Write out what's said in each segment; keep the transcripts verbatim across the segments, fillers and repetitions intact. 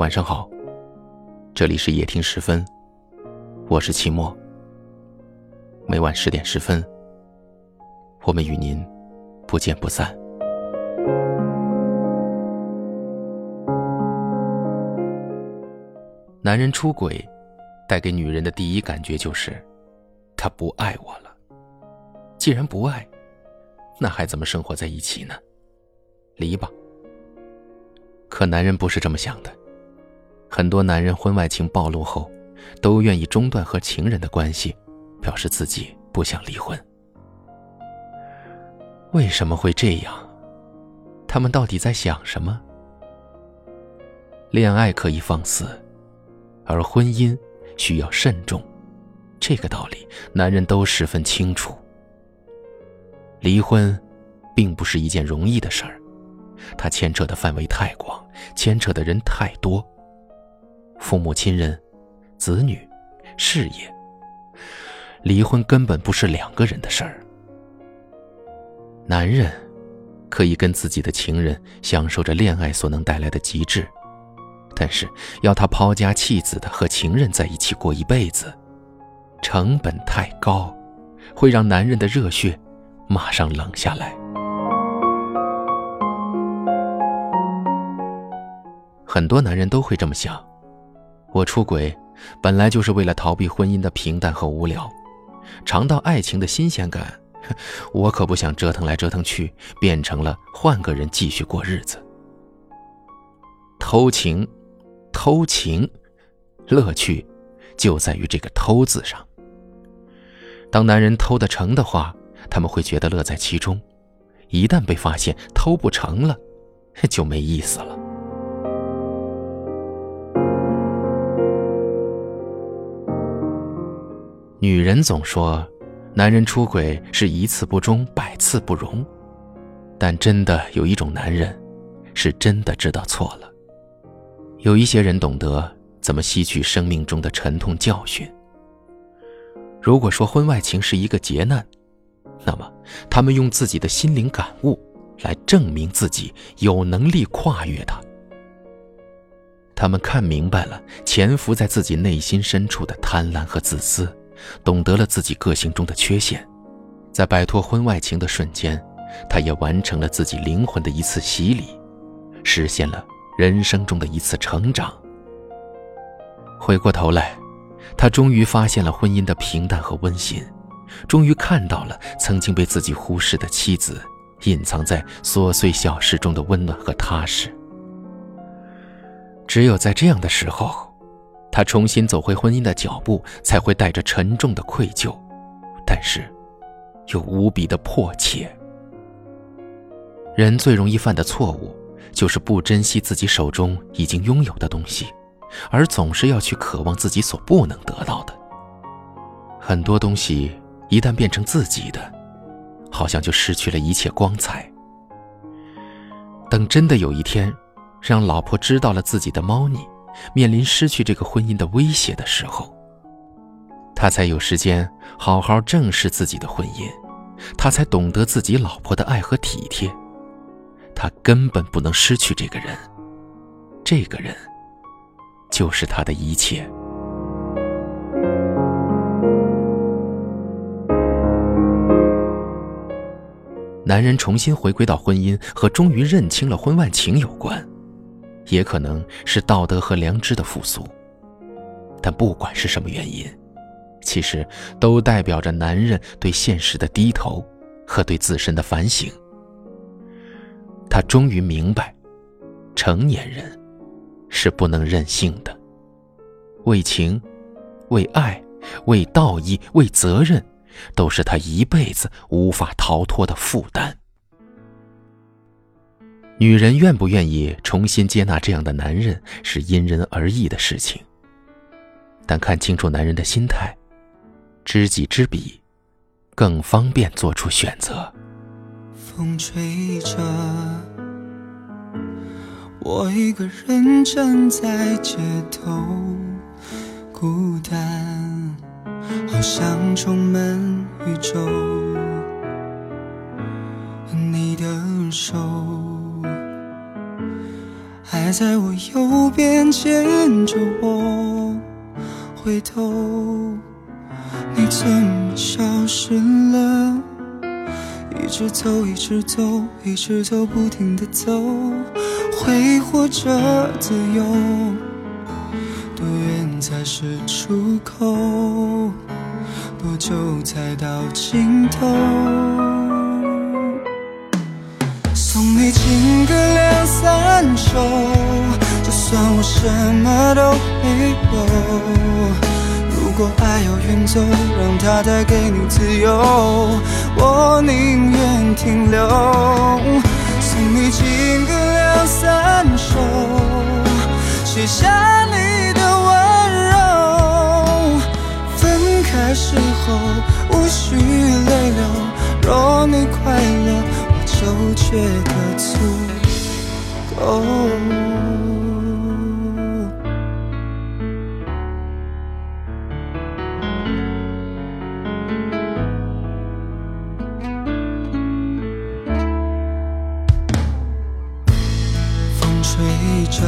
晚上好，这里是夜听十分，我是齐墨。每晚十点十分，我们与您不见不散。男人出轨带给女人的第一感觉就是他不爱我了。既然不爱，那还怎么生活在一起呢？离吧。可男人不是这么想的，很多男人婚外情暴露后都愿意中断和情人的关系，表示自己不想离婚。为什么会这样？他们到底在想什么？恋爱可以放肆，而婚姻需要慎重，这个道理男人都十分清楚。离婚并不是一件容易的事儿，它牵扯的范围太广，牵扯的人太多，父母亲人、子女、事业，离婚根本不是两个人的事儿。男人可以跟自己的情人享受着恋爱所能带来的极致，但是要他抛家弃子的和情人在一起过一辈子，成本太高，会让男人的热血马上冷下来。很多男人都会这么想，我出轨本来就是为了逃避婚姻的平淡和无聊，尝到爱情的新鲜感，我可不想折腾来折腾去，变成了换个人继续过日子。偷情，偷情，乐趣就在于这个偷字上。当男人偷得成的话，他们会觉得乐在其中，一旦被发现偷不成了，就没意思了。女人总说男人出轨是一次不忠，百次不容，但真的有一种男人是真的知道错了。有一些人懂得怎么吸取生命中的沉痛教训。如果说婚外情是一个劫难，那么他们用自己的心灵感悟来证明自己有能力跨越它。他们看明白了潜伏在自己内心深处的贪婪和自私，懂得了自己个性中的缺陷，在摆脱婚外情的瞬间，他也完成了自己灵魂的一次洗礼，实现了人生中的一次成长。回过头来，他终于发现了婚姻的平淡和温馨，终于看到了曾经被自己忽视的妻子隐藏在琐碎小事中的温暖和踏实。只有在这样的时候，他重新走回婚姻的脚步，才会带着沉重的愧疚，但是又无比的迫切。人最容易犯的错误，就是不珍惜自己手中已经拥有的东西，而总是要去渴望自己所不能得到的。很多东西一旦变成自己的，好像就失去了一切光彩。等真的有一天让老婆知道了自己的猫腻，面临失去这个婚姻的威胁的时候，他才有时间好好正视自己的婚姻，他才懂得自己老婆的爱和体贴。他根本不能失去这个人，这个人就是他的一切。男人重新回归到婚姻和终于认清了婚外情有关，也可能是道德和良知的复苏。但不管是什么原因，其实都代表着男人对现实的低头和对自身的反省。他终于明白，成年人是不能任性的，为情、为爱、为道义、为责任，都是他一辈子无法逃脱的负担。女人愿不愿意重新接纳这样的男人，是因人而异的事情。但看清楚男人的心态，知己知彼，更方便做出选择。 风吹着，我一个人站在街头，孤单好像充满宇宙。你的手还爱在我右边牵着我回头，你怎么消失了？一直走，一直走，一直走，不停地走，挥霍着自由。多远才是出口？多久才到尽头？送你情歌两三首，就算我什么都没有。如果爱要远走，让它带给你自由，我宁愿停留。送你情歌两三首，写下你的温柔。分开时候无需泪流，若你快乐，我就觉得足够。吹着，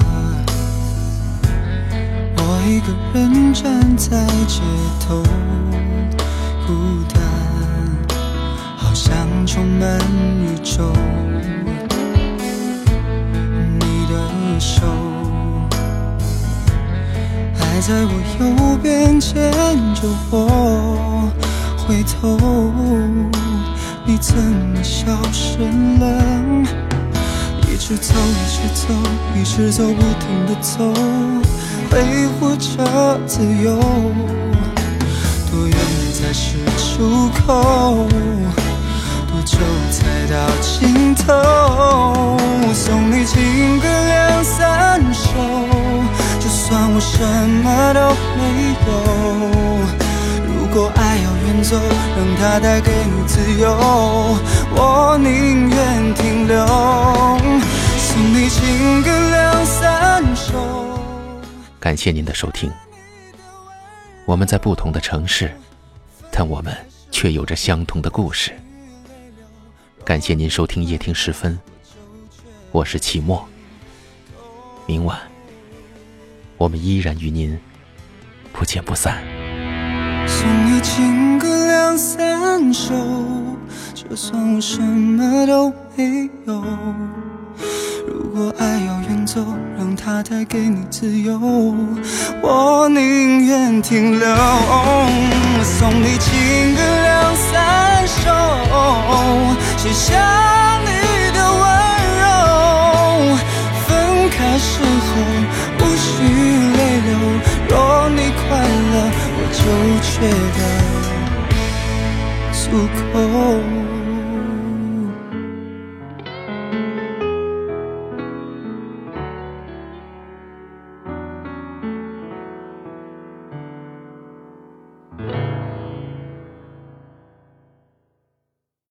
我一个人站在街头，孤单，好像充满宇宙。你的手还在我右边牵着我回头，你怎么消失了？一直走，一直走，一直走，不停地走，挥霍着自由。多远才是出口？多久才到尽头？送你情歌两三首，就算我什么都没有。如果爱要远走，让它带给你自由，我宁愿停留。送你情歌两三首。 感谢您的收听。我们在不同的城市，但我们却有着相同的故事。感谢您收听夜听时分，我是齐墨。明晚我们依然与您不见不散。 送你情歌两三首，就算我什么都没有。如果爱要远走，让它带给你自由，我宁愿停留。送你情歌两三首，写下你的温柔。分开时候无需泪流，若你快乐，我就觉得足够。